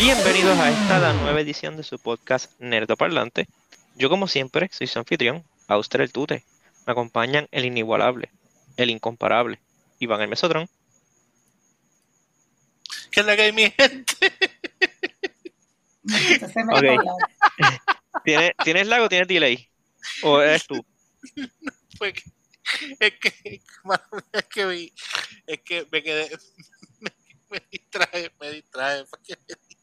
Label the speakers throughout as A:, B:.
A: Bienvenidos a esta, la nueva edición de su podcast Nerdoparlante. Yo, como siempre, soy su anfitrión, Auster el Tute. Me acompañan el inigualable, el incomparable, Iván el Mesodrón.
B: ¿Qué es la que hay, mi gente?
C: Me escuché ese
A: Ok,
C: mejor.
A: ¿tienes lag o tienes delay? ¿O eres tú?
B: Fue que, es que, mano, es que me quedé, me distrae, porque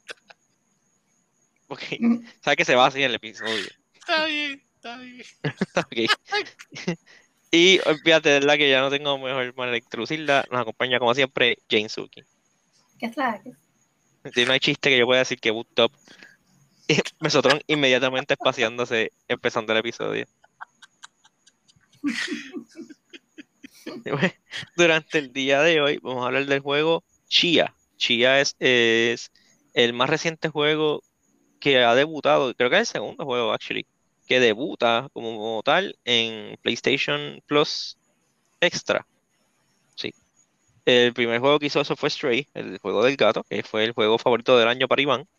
A: Ok, sabes que se va así el episodio.
B: está bien, está bien.
A: Ok, y fíjate, de verdad que ya no tengo mejor manera de introducirla. Nos acompaña, como siempre, Jane Suki.
C: ¿Qué es la que?
A: Si no hay chiste que yo pueda decir que boot up, Mesotron inmediatamente espaciándose empezando el episodio. Durante el día de hoy vamos a hablar del juego Chia. Chia es el más reciente juego que ha debutado, creo que es el segundo juego, actually, que debuta como tal en PlayStation Plus Extra. Sí. El primer juego que hizo eso fue Stray, el juego del gato, que fue el juego favorito del año para Iván.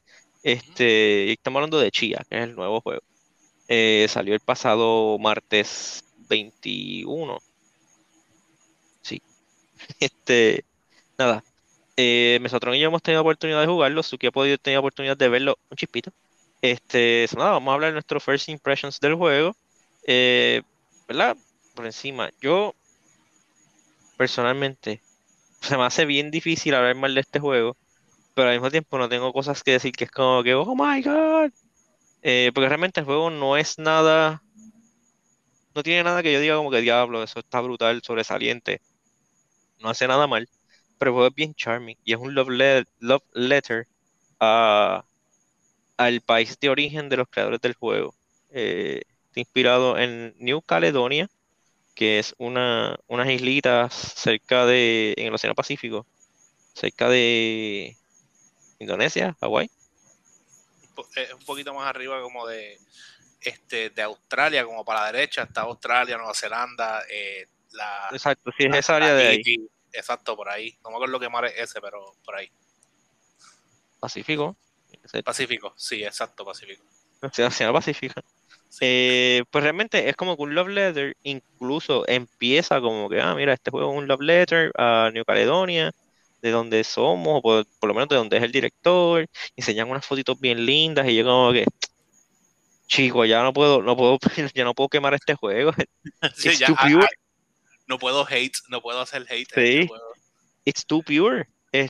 A: Y estamos hablando de Chia, que es el nuevo juego. Salió el pasado martes 21. Sí. Este, nada. Mesotron y yo hemos tenido oportunidad de jugarlo, Suki ha podido tener oportunidad de verlo un chispito. Nada, vamos a hablar de nuestros first impressions del juego. Eh, ¿Verdad? Por encima, yo personalmente se me hace bien difícil hablar mal de este juego, pero al mismo tiempo no tengo cosas que decir que es como que, oh my God. Porque realmente el juego no es nada, no tiene nada que yo diga como que diablo, eso está brutal, sobresaliente, no hace nada mal, pero el juego es bien charming y es un love letter a al país de origen de los creadores del juego. Está inspirado en New Caledonia, que es unas islitas en el Océano Pacífico, cerca de Indonesia, Hawái.
B: Un poquito más arriba como de Australia, como para la derecha, está Australia, Nueva Zelanda,
A: Exacto, sí, es esa área de ahí,
B: Tahiti, exacto, por ahí. No me acuerdo qué mar es ese, pero por ahí.
A: Pacífico,
B: Pacífico, sí, exacto, Pacífico.
A: Océano Pacífico.
B: Sí.
A: Pues realmente es como que un love letter, incluso empieza como que, mira, este juego es un love letter a New Caledonia, de donde somos, o por lo menos de donde es el director, enseñan unas fotitos bien lindas y yo como que, chico, ya no puedo, ya no puedo quemar este juego.
B: Sí,
A: It's
B: ya,
A: too pure,
B: no puedo hacer hate en este
A: sí,
B: juego.
A: it's too pure.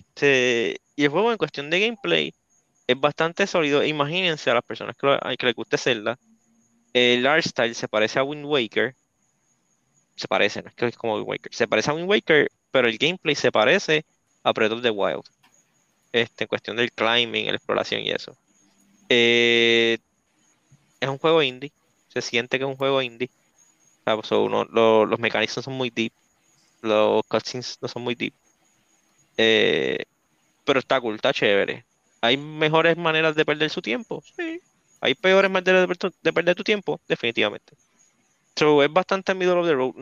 A: Y el juego en cuestión de gameplay es bastante sólido. Imagínense a las personas que les guste Zelda, el art style se parece a Wind Waker, se parece, no es que es como Wind Waker, se parece a Wind Waker, pero el gameplay se parece a Breath of the Wild, en cuestión del climbing, la exploración y eso. Eh, es un juego indie, se siente que es un juego indie. O sea, los mecánicos no son muy deep, los cutscenes no son muy deep, eh, pero está cool, está chévere. ¿Hay mejores maneras de perder su tiempo? Sí. ¿Hay peores maneras de perder tu tiempo? Definitivamente. So, es bastante middle of the road.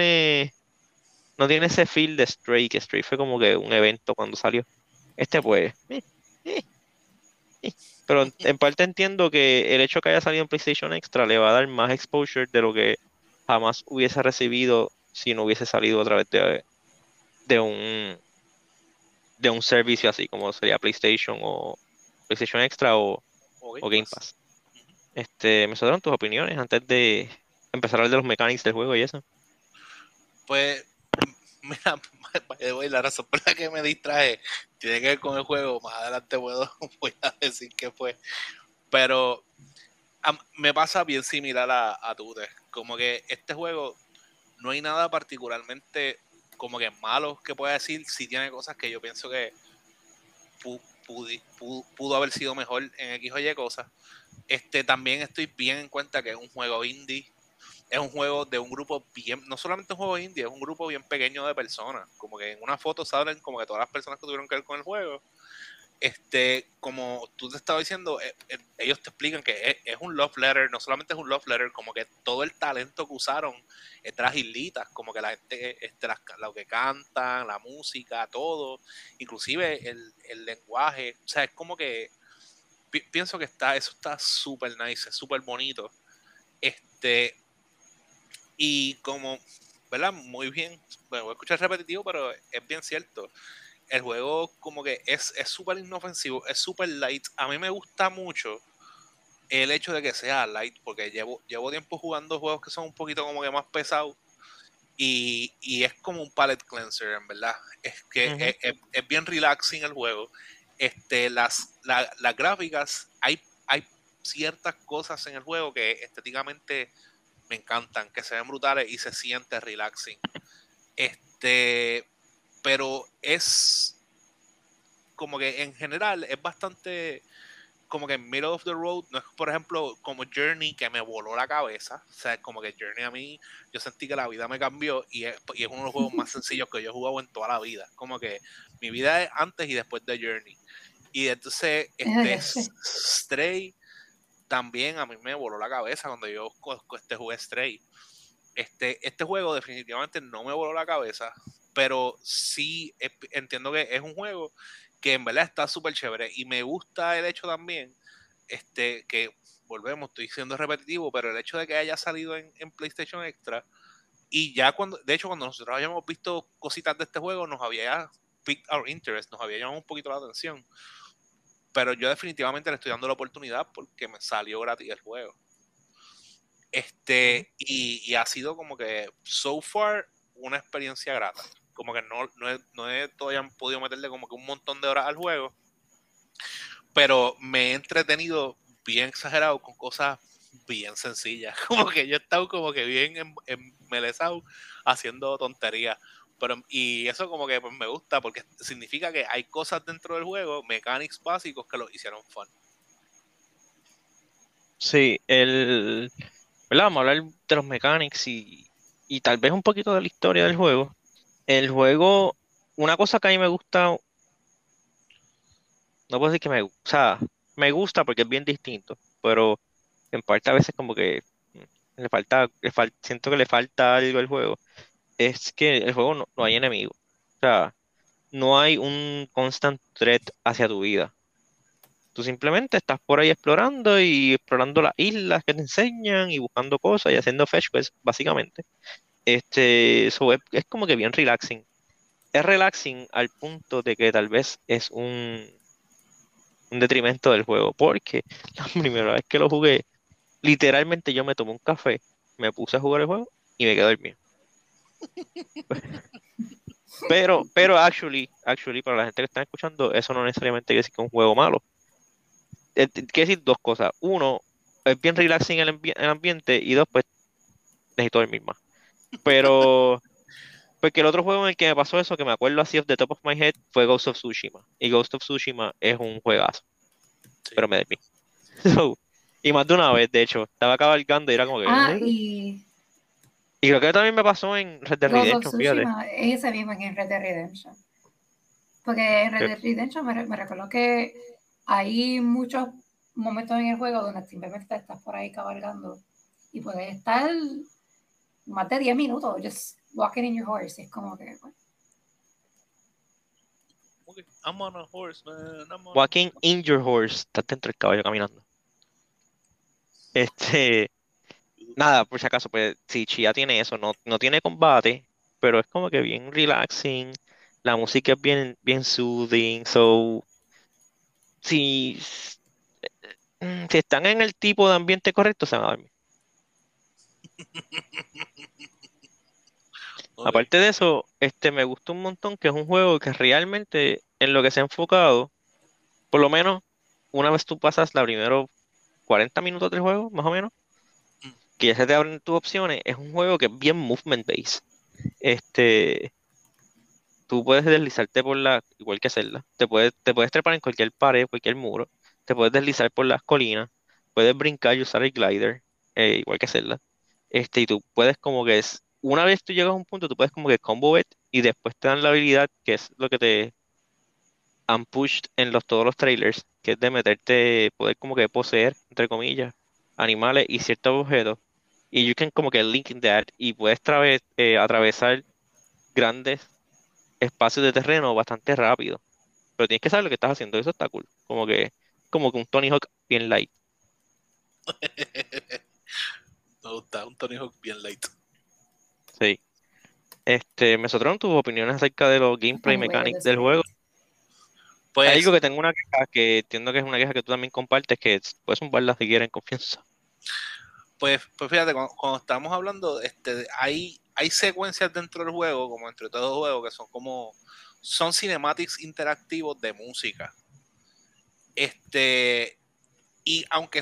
A: No tiene ese feel de Stray, que Stray fue como que un evento cuando salió. Pues, eh, eh. Pero en parte entiendo que el hecho que haya salido en PlayStation Extra le va a dar más exposure de lo que jamás hubiese recibido si no hubiese salido a través de un, de un servicio así como sería PlayStation o PlayStation Extra
B: O Game
A: o Game
B: Pass.
A: Pass. Me sobraron tus opiniones antes de empezar a hablar de los mechanics del juego y eso.
B: Pues, mira, la razón por la que me distraje tiene que ver con el juego. Más adelante voy a decir qué fue. Pero me pasa bien similar a Tute. Como que este juego no hay nada particularmente como que malo que pueda decir. Si tiene cosas que yo pienso que pudo haber sido mejor en X o Y cosas. También estoy bien en cuenta que es un juego indie. Es un juego de un grupo bien, no solamente un juego indie, es un grupo bien pequeño de personas. Como que en una foto salen como que todas las personas que tuvieron que ver con el juego. Como tú te estabas diciendo, ellos te explican que es un love letter, no solamente es un love letter, como que todo el talento que usaron de las islitas, como que la gente, lo que cantan, la música, todo, inclusive el lenguaje, o sea, es como que pienso que eso está súper nice, es súper bonito. Y como, ¿verdad? Muy bien, bueno, voy a escuchar repetitivo, pero es bien cierto. El juego como que es súper inofensivo, es súper light. A mí me gusta mucho el hecho de que sea light, porque llevo tiempo jugando juegos que son un poquito como que más pesados y es como un palette cleanser, en verdad. Es que
A: Ujú.
B: es bien relaxing el juego. Las gráficas, hay ciertas cosas en el juego que estéticamente me encantan, que se ven brutales y se siente relaxing. Pero es como que en general es bastante como que middle of the road. No es, por ejemplo, como Journey, que me voló la cabeza. O sea, como que Journey a mí, yo sentí que la vida me cambió y es uno de los juegos más sencillos que yo he jugado en toda la vida. Como que mi vida es antes y después de Journey. Y entonces,
C: Sí.
B: Stray también a mí me voló la cabeza cuando yo jugué Stray. Este juego definitivamente no me voló la cabeza, pero sí entiendo que es un juego que en verdad está súper chévere y me gusta el hecho también, que volvemos, estoy siendo repetitivo, pero el hecho de que haya salido en PlayStation Extra y ya de hecho cuando nosotros habíamos visto cositas de este juego nos había piqued our interest, nos había llamado un poquito la atención, pero yo definitivamente le estoy dando la oportunidad porque me salió gratis el juego.
A: Ujú.
B: Y ha sido como que, so far, una experiencia grata. Como que no he todavía podido meterle como que un montón de horas al juego, pero me he entretenido bien exagerado con cosas bien sencillas. Como que yo he estado como que bien embelesado haciendo tonterías. Y eso como que pues, me gusta porque significa que hay cosas dentro del juego, mechanics básicos que lo hicieron fun.
A: Sí, ¿verdad? Vamos a hablar de los mechanics y tal vez un poquito de la historia del juego. El juego, una cosa que a mí me gusta, no puedo decir que o sea, me gusta porque es bien distinto, pero en parte a veces como que siento que le falta algo al juego, es que el juego no hay enemigos. O sea, no hay un constant threat hacia tu vida. Tú simplemente estás por ahí explorando y explorando las islas que te enseñan y buscando cosas y haciendo fetch quests, básicamente. Es como que bien relaxing. Es relaxing al punto de que tal vez es un detrimento del juego, porque la primera vez que lo jugué, literalmente yo me tomé un café, me puse a jugar el juego y me quedé dormido. Pero actually, para la gente que está escuchando, eso no necesariamente quiere decir que es un juego malo. Quiere decir dos cosas. Uno, es bien relaxing el ambiente y dos, pues necesito dormir más. Pero, porque el otro juego en el que me pasó eso, que me acuerdo así off the top of my head, fue Ghost of Tsushima. Y Ghost of Tsushima es un juegazo,
B: Sí.
A: pero me dormí. So, y más de una vez, de hecho, estaba cabalgando y era como que...
C: Ah, y
A: Y creo que también me pasó en Red Dead
C: Ghost of
A: Redemption, fíjate.
C: Tsushima es ese mismo en Red Dead Redemption. Porque en Red
A: Que-
C: Dead Redemption me recuerdo que hay muchos momentos en el juego donde simplemente estás por ahí cabalgando y puedes estar más de 10 minutos just walking in your horse. Y es como que, bueno,
B: Okay. I'm on a horse, man. I'm on a
A: Walking in your horse, estás dentro del caballo caminando. Este, nada, por si acaso, pues si Chia tiene eso, no tiene combate, pero es como que bien relaxing, la música es bien soothing, so, si, si están en el tipo de ambiente correcto, se van a dormir.
B: Ok.
A: Aparte de eso, me gusta un montón que es un juego que realmente en lo que se ha enfocado, por lo menos una vez tú pasas la primera 40 minutos del juego, más o menos,
B: Mm.
A: que ya se te abren tus opciones, es un juego que es bien movement based. Este, tú puedes deslizarte igual que Zelda, te puedes trepar en cualquier pared, cualquier muro, te puedes deslizar por las colinas, puedes brincar y usar el glider, igual que Zelda. Y tú puedes como que una vez tú llegas a un punto, tú puedes como que combo it y después te dan la habilidad, que es lo que te han pushed en todos los trailers, que es de meterte, poder como que poseer, entre comillas, animales y ciertos objetos. Y you can como que link in that y puedes atravesar grandes espacios de terreno bastante rápido. Pero tienes que saber lo que estás haciendo, eso está cool. Como que como que un Tony Hawk bien light.
B: Me gusta un Tony Hawk bien light.
A: Sí. Mesotron, tus opiniones acerca de los gameplay
C: Anyway, at
A: mechanics
C: this
A: del
C: point.
A: juego. Hay algo
B: Pues,
A: que tengo una queja que entiendo que es una queja que tú también compartes, que puedes zumbarla si quieres en confianza.
B: pues fíjate, cuando estamos hablando, hay secuencias dentro del juego, como entre todos los juegos, que son cinematics interactivos de música. Y aunque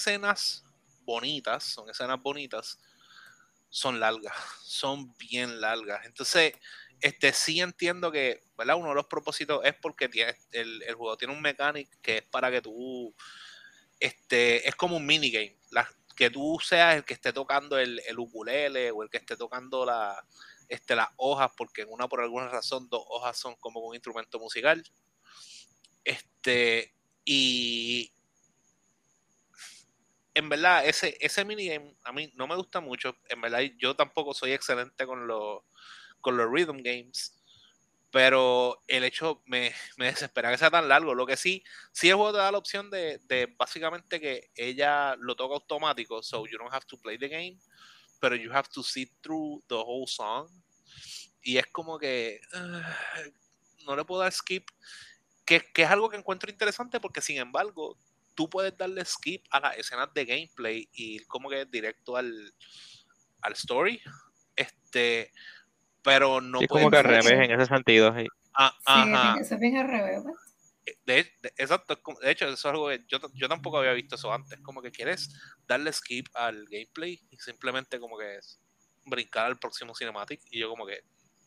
B: son escenas bonitas, son largas, son bien largas. Entonces, sí entiendo que, ¿verdad? Uno de los propósitos es porque el juego tiene un mechanic que es para que tú, es como un minigame, que tú seas el que esté tocando el ukulele o el que esté tocando las hojas, porque por alguna razón, 2 hojas son como un instrumento musical. Y en verdad, ese minigame a mí no me gusta mucho. En verdad, yo tampoco soy excelente con los rhythm games. Pero el hecho me desespera que sea tan largo. Lo que sí el juego te da la opción de básicamente que ella lo toca automático, so you don't have to play the game, pero you have to sit through the whole song. Y es como que no le puedo dar skip, que es algo que encuentro interesante porque sin embargo tú puedes darle skip a las escenas de gameplay y ir como que directo al story, pero no
A: Sí, es
B: puedes
A: como que
C: ¿En
A: al
B: darle
A: revés
C: serio?
A: en ese sentido. Sí.
C: Sí,
B: ajá.
C: eso es bien al revés, pues.
B: Exacto, de hecho eso es algo que yo tampoco había visto eso antes, como que quieres darle skip al gameplay y simplemente como que es brincar al próximo cinematic y yo como que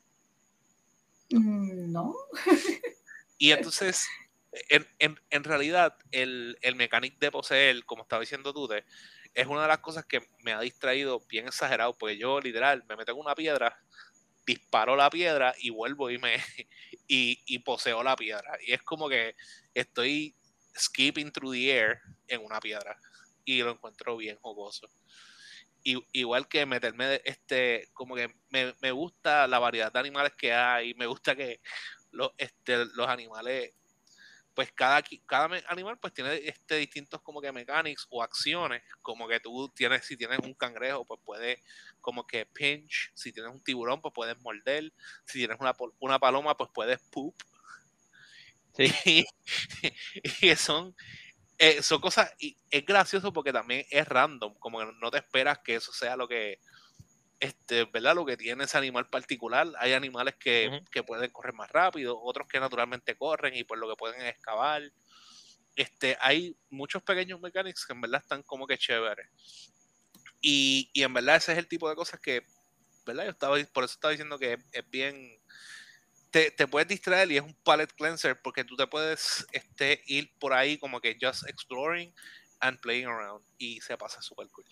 C: No.
B: y entonces en realidad el mechanic de poseer, como estaba diciendo tú, es una de las cosas que me ha distraído bien exagerado, porque yo literal me meto en una piedra, disparo la piedra y vuelvo y poseo la piedra. Y es como que estoy skipping through the air en una piedra. Y lo encuentro bien jocoso. Igual que meterme, como que me gusta la variedad de animales que hay. Me gusta que los animales, pues cada animal pues tiene distintos como que mechanics o acciones, como que si tienes un cangrejo pues puedes como que pinch, si tienes un tiburón pues puedes morder, si tienes una paloma pues puedes poop.
A: Sí.
B: y, y son cosas, y es gracioso porque también es random, como que no te esperas que eso sea lo que ¿verdad? Lo que tiene ese animal particular. Hay animales
A: Ujú.
B: que pueden correr más rápido, otros que naturalmente corren y por lo que pueden excavar. Hay muchos pequeños mechanics que en verdad están como que chéveres. Y en verdad ese es el tipo de cosas que, ¿verdad? Por eso estaba diciendo que es bien, te puedes distraer y es un palette cleanser porque tú te puedes ir por ahí como que just exploring and playing around y se pasa súper cool.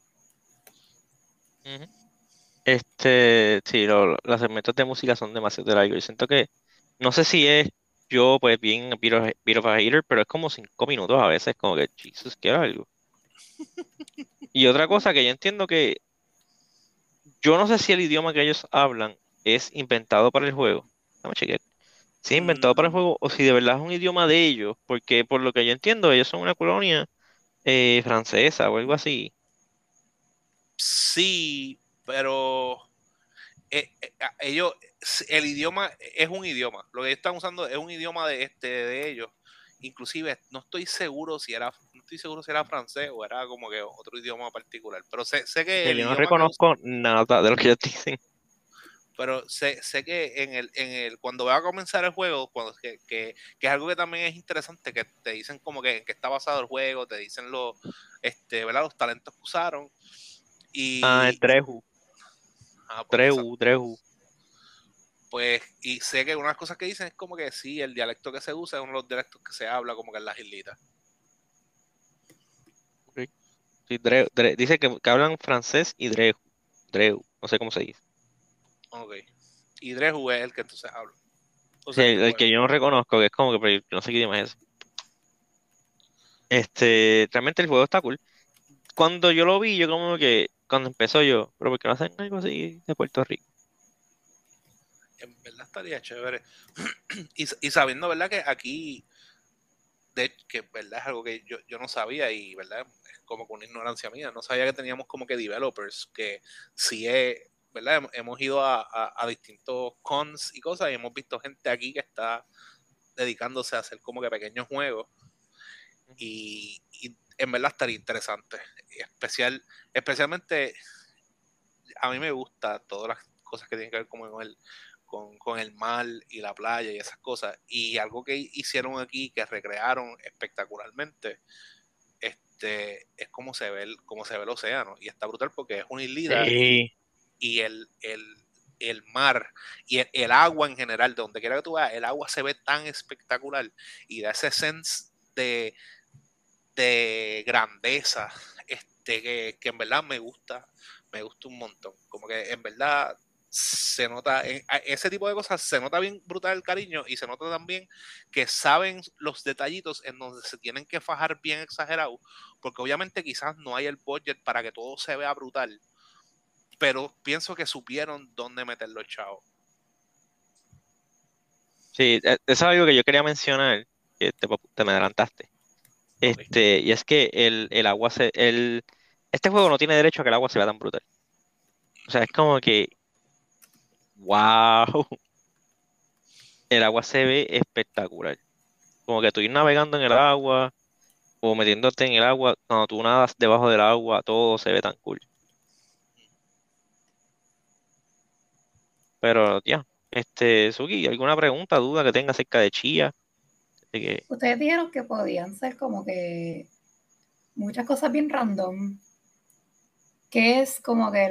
A: Ujú. Sí, los segmentos de música son demasiado largos. Yo siento que, no sé si es yo, pues, bien bit of a hater, pero es como 5 minutos a veces, como que, Jesus, qué algo. Y otra cosa que yo entiendo que, yo no sé si el idioma que ellos hablan es inventado para el juego. Vamos a chequear. Si es inventado para el
B: Mm,
A: juego o si de verdad es un idioma de ellos, porque por lo que yo entiendo, ellos son una colonia francesa o algo así.
B: sí, pero ellos, el idioma es un idioma. Lo que ellos están usando es un idioma de ellos. Inclusive no estoy seguro si era francés o era como que otro idioma particular. Pero sé que
A: Que
B: el
A: yo no
B: idioma que usan,
A: reconozco nada de lo que ellos dicen.
B: pero sé que cuando va a comenzar el juego, que es algo que también es interesante, que te dicen como que en qué está basado el juego, te dicen ¿verdad? Los talentos que usaron.
A: Ah, el
B: Y,
A: Dreju,
B: pues
A: Dreju, Dreju.
B: pues, y sé que una de las cosas que dicen es como que sí, el dialecto que se usa es uno de los dialectos que se habla como que en las islitas.
A: Ok. Sí, dice que hablan francés y Dreju, Dreju, no sé cómo se dice.
B: Ok. Y Dreju es el que entonces habla. O
A: Sí,
B: sea, el que
A: el
B: puede.
A: que yo no reconozco, que es como que, pero yo no sé qué idioma es ese. Realmente el juego está cool. Cuando yo lo vi, yo como que, cuando empezó yo, pero ¿por qué no hacen algo así de Puerto Rico?
B: En verdad estaría chévere. Y sabiendo, ¿verdad? Que aquí, que verdad es algo que yo no sabía y verdad es como con una ignorancia mía, no sabía que teníamos como que developers que sí es, verdad, hemos ido a distintos cons y cosas y hemos visto gente aquí que está dedicándose a hacer como que pequeños juegos y en verdad estaría interesante, especialmente a mí me gusta todas las cosas que tienen que ver como con el mar y la playa y esas cosas. Y algo que hicieron aquí, que recrearon espectacularmente, es cómo se ve el océano. Y está brutal porque es una islita
A: Sí.
B: y el mar y el agua en general, de donde quiera que tú veas, el agua se ve tan espectacular y da ese sense de grandeza que en verdad me gusta un montón. Como que en verdad se nota, ese tipo de cosas se nota bien brutal el cariño y se nota también que saben los detallitos en donde se tienen que fajar bien exagerado, porque obviamente quizás no hay el budget para que todo se vea brutal, pero pienso que supieron dónde meter los chavos.
A: Sí, eso es algo que yo quería mencionar, que te me adelantaste.
B: Okay.
A: Y es que el agua este juego no tiene derecho a que el agua se vea tan brutal. O sea, es como que, wow, el agua se ve espectacular. Como que tú ir navegando en el agua o metiéndote en el agua, cuando tú nadas debajo del agua, todo se ve tan cool. Pero, ya, Suki, ¿alguna pregunta, duda que tenga acerca de Chía? De que,
C: Ustedes dijeron que podían ser como que muchas cosas bien random. ¿Qué es como que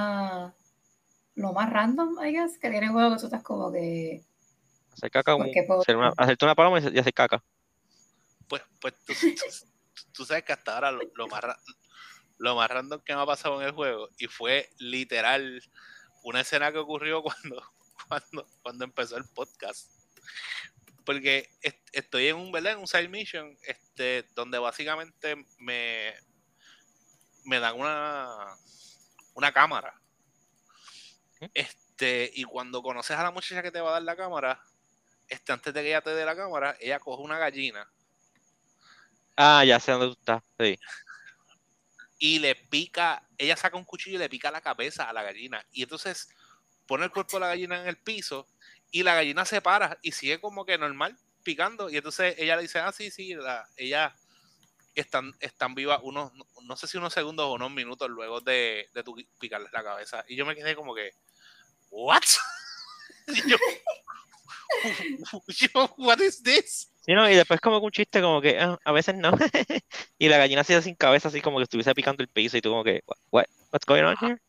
C: lo más random, I guess, que tiene el juego que tú estás como que,
A: hacer caca,
C: ¿por qué puedo?
A: hacerte una paloma y hacer caca.
B: Pues tú sabes que hasta ahora lo más random que me ha pasado en el juego y fue literal una escena que ocurrió cuando empezó el podcast. Porque estoy en ¿verdad? En un side mission donde básicamente me dan una cámara.
A: ¿Mm?
B: Y cuando conoces a la muchacha que te va a dar la cámara, antes de que ella te dé la cámara, ella coge una gallina
A: Ah, ya sé dónde tú estás. Sí.
B: y le pica, ella saca un cuchillo y le pica la cabeza a la gallina. Y entonces pone el cuerpo de la gallina en el piso y la gallina se para y sigue como que normal picando. Y entonces ella le dice, ah, sí, ella están vivas no sé si unos segundos o unos minutos luego de tu picarle la cabeza. Y yo me quedé como que, ¿what? yo, ¿what is this?
A: Sí, no, y después como que un chiste como que a veces no. Y la gallina así sin cabeza, así como que estuviese picando el piso y tú como que, what's going on here?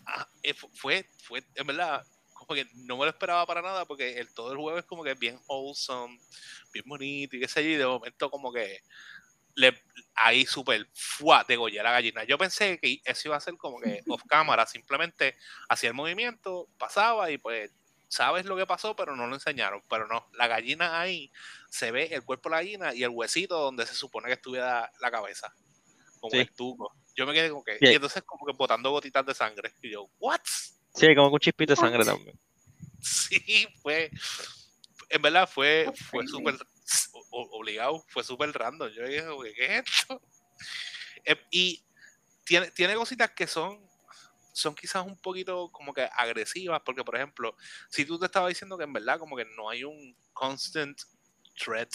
B: Fue, en verdad, como que no me lo esperaba para nada porque todo el juego es como que bien wholesome, bien bonito y qué sé yo, y de momento como que ahí súper degollé a la gallina. Yo pensé que eso iba a ser como que off cámara, simplemente hacía el movimiento, pasaba y pues sabes lo que pasó, pero no lo enseñaron. Pero no, la gallina ahí se ve el cuerpo de la gallina y el huesito donde se supone que estuviera la cabeza, como
A: Sí,
B: el tuco. Yo me quedé como que, y
A: sí,
B: entonces como que botando gotitas de sangre. Y yo, ¿what?
A: sí, como que un chispito de sangre también.
B: Sí, en verdad
C: That's
B: fue
C: crazy.
B: súper obligado, fue súper random. Yo dije, ¿qué es esto? Y tiene cositas que son quizás un poquito como que agresivas, porque por ejemplo, si tú te estabas diciendo que en verdad como que no hay un constant threat,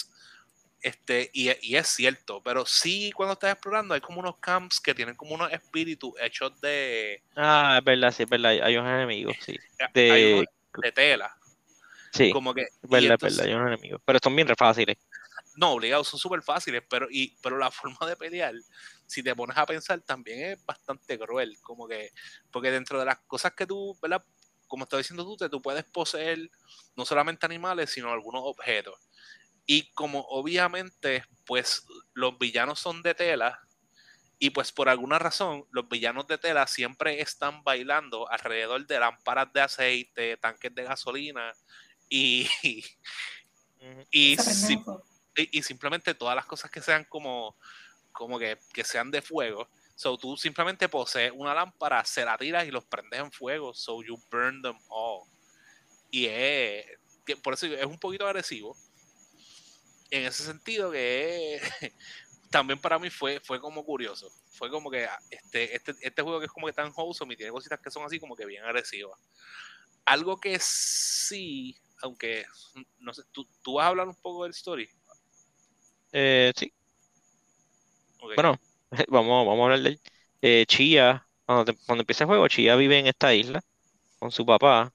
B: y es cierto, pero sí cuando estás explorando hay como unos camps que tienen como unos espíritus hechos
A: Ah, es verdad, sí, es verdad, hay unos enemigos, sí.
B: hay unos
A: De,
B: de tela,
A: sí,
B: como que, y
A: es verdad,
B: entonces
A: hay unos enemigos. Pero son bien re fáciles.
B: no, obligados, son súper fáciles, pero la forma de pelear, si te pones a pensar, también es bastante cruel, como que, porque dentro de las cosas que tú, ¿verdad? Como estás diciendo tú puedes poseer no solamente animales, sino algunos objetos. Y como obviamente, pues los villanos son de tela, y pues por alguna razón, los villanos de tela siempre están bailando alrededor de lámparas de aceite, tanques de gasolina, y,
A: Ujú.
B: y,
C: Se prenden fuego.
B: y simplemente todas las cosas que sean como que sean de fuego. So tú simplemente posees una lámpara, se la tiras y los prendes en fuego. So you burn them all. Y por eso es un poquito agresivo. en ese sentido que también para mí fue como curioso. Fue como que este juego que es como que tan wholesome y tiene cositas que son así como que bien agresivas. Algo que sí, aunque no sé, tú vas a hablar un poco del story.
A: Sí,
B: Okay.
A: bueno, vamos a hablar de él. Chía, cuando empieza el juego, Chía vive en esta isla con su papá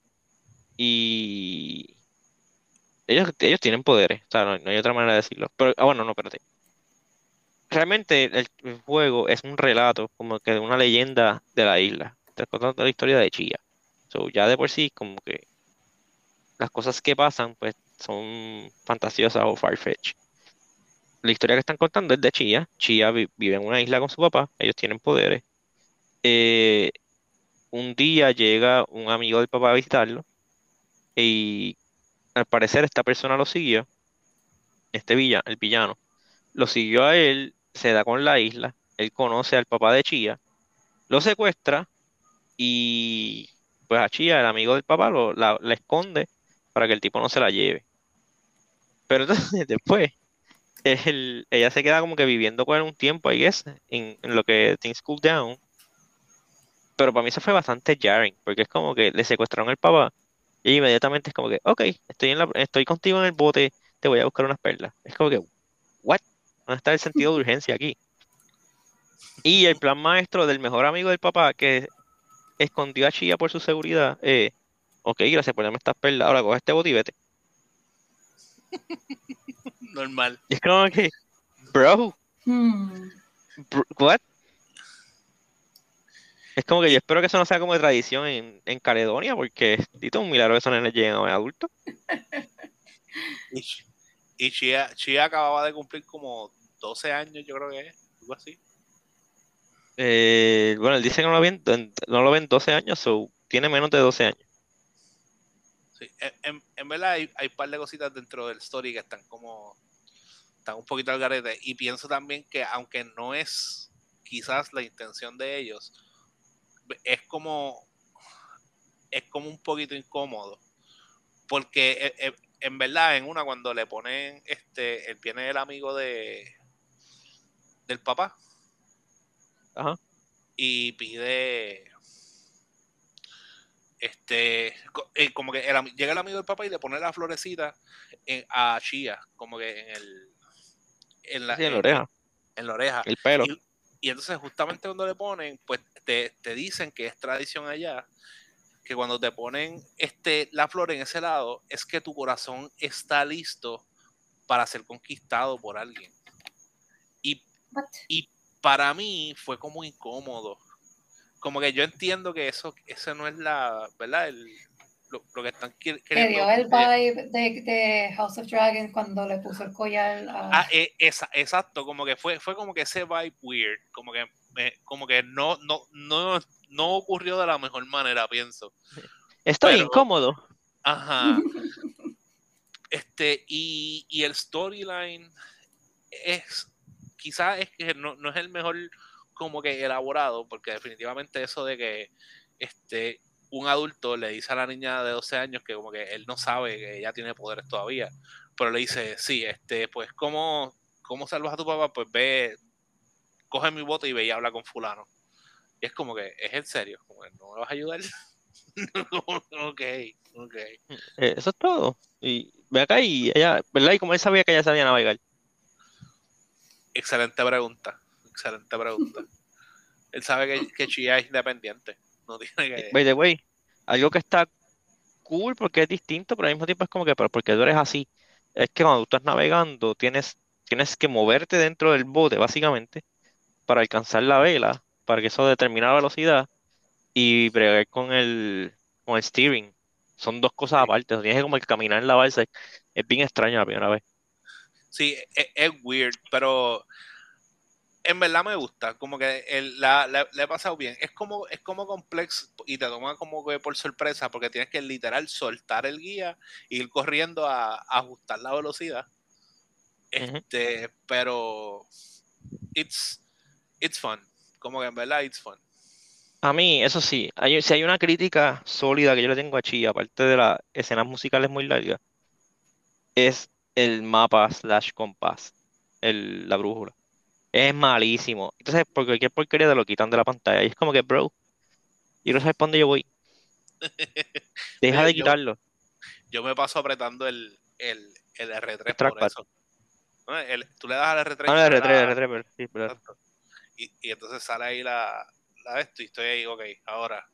A: y ellos tienen poderes, o sea, no hay otra manera de decirlo. Pero, bueno, no, espérate. Realmente el juego es un relato, como que de una leyenda de la isla. Te contando la historia de Chía. So, ya de por sí, como que las cosas que pasan, pues, son fantasiosas o far-fetched. La historia que están contando es de Chía. Chía vive en una isla con su papá, ellos tienen poderes. Eh, un día llega un amigo del papá a visitarlo y al parecer esta persona lo siguió, el villano, lo siguió a él, se da con la isla, él conoce al papá de Chía, lo secuestra y pues a Chía, el amigo del papá, la esconde para que el tipo no se la lleve. Pero entonces después, ella se queda como que viviendo con él un tiempo, I guess, en lo que things cool down. Pero para mí eso fue bastante jarring, porque es como que le secuestraron al papá y inmediatamente es como que, ok, estoy contigo en el bote, te voy a buscar unas perlas. Es como que, what? ¿Dónde está el sentido de urgencia aquí? Y el plan maestro del mejor amigo del papá que escondió a Chía por su seguridad, ok, gracias por darme estas perlas, ahora coge este bote y vete.
B: Normal.
A: Y es como que, bro,
C: Hmm.
A: what? Es como que yo
B: Y,
A: espero que eso no sea como de tradición en Caledonia, porque es dito un milagro que esos nenes lleguen a adultos.
B: y, y Chia acababa de cumplir como 12 años, yo creo que es, algo así.
A: Bueno, él dice que no lo ven 12 años, so tiene menos de 12 años.
B: Sí, en verdad hay un par de cositas dentro del story que están un poquito al garete. Y pienso también que aunque no es quizás la intención de ellos, es como, es como un poquito incómodo. Porque en verdad, en una, cuando le ponen él viene el amigo del papá
A: Ajá.
B: y pide como que llega el amigo del papá y le pone la florecita a Chia, como que en la,
A: Sí, en la oreja,
B: en la oreja.
A: el pelo.
B: Y entonces justamente cuando le ponen, pues te dicen que es tradición allá, que cuando te ponen la flor en ese lado, es que tu corazón está listo para ser conquistado por alguien. Y,
C: What?
B: y para mí fue como incómodo. Como que yo entiendo que eso no es ¿verdad? Lo que están
C: Me
B: queriendo.
C: dio el vibe de House of Dragons cuando le puso el collar a...
B: Exacto, como que fue como que ese vibe weird, como que no ocurrió de la mejor manera, pienso.
A: Estoy
B: Pero,
A: incómodo.
B: ajá, y el storyline es, quizás es que no es el mejor como que elaborado, porque definitivamente eso de que un adulto le dice a la niña de 12 años que como que él no sabe que ella tiene poderes todavía, pero le dice, sí, pues ¿cómo salvas a tu papá? Pues ve, coge mi bote y ve y habla con fulano. Y es como que, es en serio, como que no me vas a ayudar. Ok, ok.
A: Eso es todo. Y ve acá y ella, ¿verdad? Y como él sabía que ella sabía navegar.
B: Excelente pregunta, excelente pregunta. Él sabe que Chia es independiente, no tiene que...
A: By the way, algo que está cool porque es distinto, pero al mismo tiempo es como que, pero porque tú eres así. Es que cuando tú estás navegando, tienes que moverte dentro del bote, básicamente, para alcanzar la vela, para que eso determine la velocidad y bregar con el steering. Son dos cosas
B: Sí,
A: aparte. Tienes que como que caminar en la balsa. Es bien extraño la primera vez.
B: sí, es weird, pero en verdad me gusta, como que le he pasado bien. Es como complejo y te toma como que por sorpresa porque tienes que literal soltar el guía e ir corriendo a ajustar la velocidad.
A: Ujú.
B: Pero it's, it's fun. Como que en verdad it's fun.
A: A mí, eso sí, si hay una crítica sólida que yo le tengo a Chi, aparte de las escenas musicales muy largas, es el mapa / compás, la brújula. Es malísimo. Entonces, por cualquier porquería te lo quitan de la pantalla. Y es como que, bro, yo no sé para dónde yo voy.
B: No,
A: Deja de quitarlo.
B: yo me paso apretando el
A: El
B: R3 por
A: trackpad.
B: eso. ¿No? Tú le das al R3
A: Ah,
B: y
A: no,
B: sale
A: R3,
B: la...
A: R3, pero sí, pero
B: Exacto. Y entonces sale ahí la de esto y estoy ahí, ok, ahora.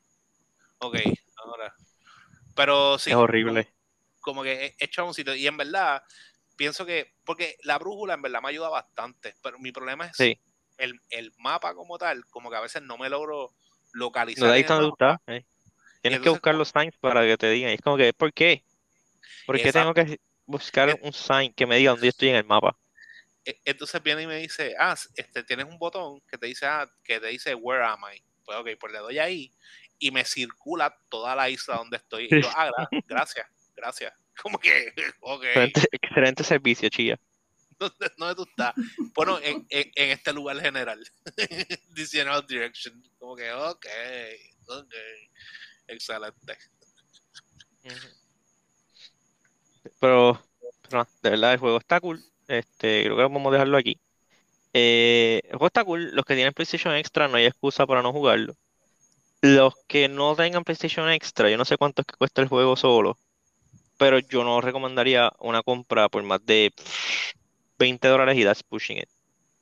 B: Pero
A: es
B: sí,
A: horrible.
B: como que he hecho a un sitio. Y en verdad, pienso que, porque la brújula en verdad me ayuda bastante, pero mi problema es
A: Sí.
B: el mapa como tal, como que a veces no me logro
A: No te
B: localizar en
A: diste
B: el
A: donde tú estás.
B: mapa. Y
A: Tienes que
B: entonces,
A: buscar los signs para que te digan. Y es como que, ¿por qué? ¿Por qué tengo
B: exacto.
A: que buscar
B: E-
A: un sign que me diga dónde yo estoy en el mapa?
B: Entonces viene y me dice, tienes un botón que te dice, que te dice, where am I? Pues ok, pues le doy ahí y me circula toda la isla donde estoy. Y yo, gracias. Como que, ok,
A: Excelente servicio, chilla.
B: ¿dónde tú estás? Bueno, en este lugar general. Diciendo direction. Como que, ok, excelente.
A: Ujú. Pero de verdad, el juego está cool. Creo que vamos a dejarlo aquí. El juego está cool. Los que tienen PlayStation Extra no hay excusa para no jugarlo. Los que no tengan PlayStation Extra, yo no sé cuánto es que cuesta el juego solo, pero yo no recomendaría una compra por más de $20 y that's pushing it.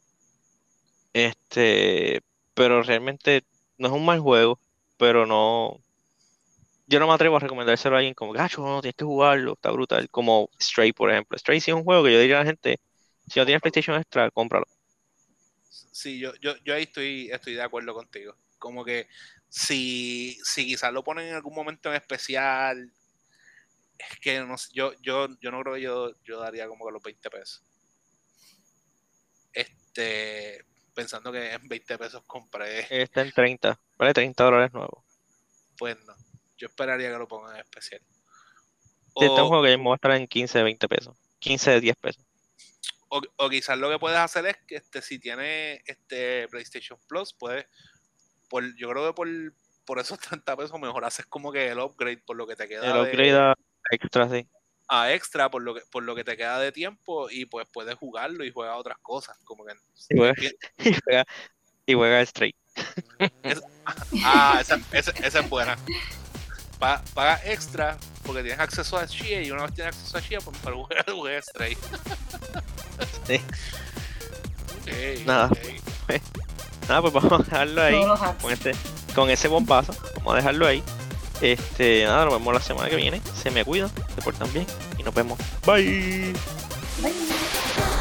A: Este, pero realmente no es un mal juego, pero no, yo no me atrevo a recomendárselo a alguien como, gacho, no, tienes que jugarlo, está brutal. Como Stray, por ejemplo. Stray sí es un juego que yo diría a la gente, si no tienes
B: Cómpralo.
A: PlayStation Extra, cómpralo.
B: Sí, yo ahí estoy de acuerdo contigo. Como que si quizás lo ponen en algún momento en especial, es que no sé, yo no creo que yo daría como que los 20 pesos. Pensando que en 20 pesos compré,
A: Está en 30, vale $30 nuevo.
B: pues no. Yo esperaría que lo pongan en especial.
A: Sí, este es un
B: O,
A: juego que mismo va a estar en 15, 20 pesos. 15, 10 pesos.
B: o quizás lo que puedes hacer es que si tienes PlayStation Plus, puedes, yo creo que por esos 30 pesos mejor haces como que el upgrade por lo que te
A: El
B: queda
A: upgrade a extra, sí.
B: a extra, por lo que te queda de tiempo y pues puedes jugarlo y juegar otras cosas. Como que
A: Y juega, y juega, y juega Stray.
B: es- esa es buena. Paga extra porque tienes acceso a Shia y una vez tienes acceso a Shia pues, para jugar Stray.
A: Sí.
B: Okay,
A: Nada,
B: okay.
A: pues, nada, pues vamos a dejarlo ahí.
C: Todos los hacks.
A: Con ese bombazo. Vamos a dejarlo ahí. Nada, nos vemos la semana que viene. Se me cuidan, se portan bien y nos vemos. Bye.
C: Bye.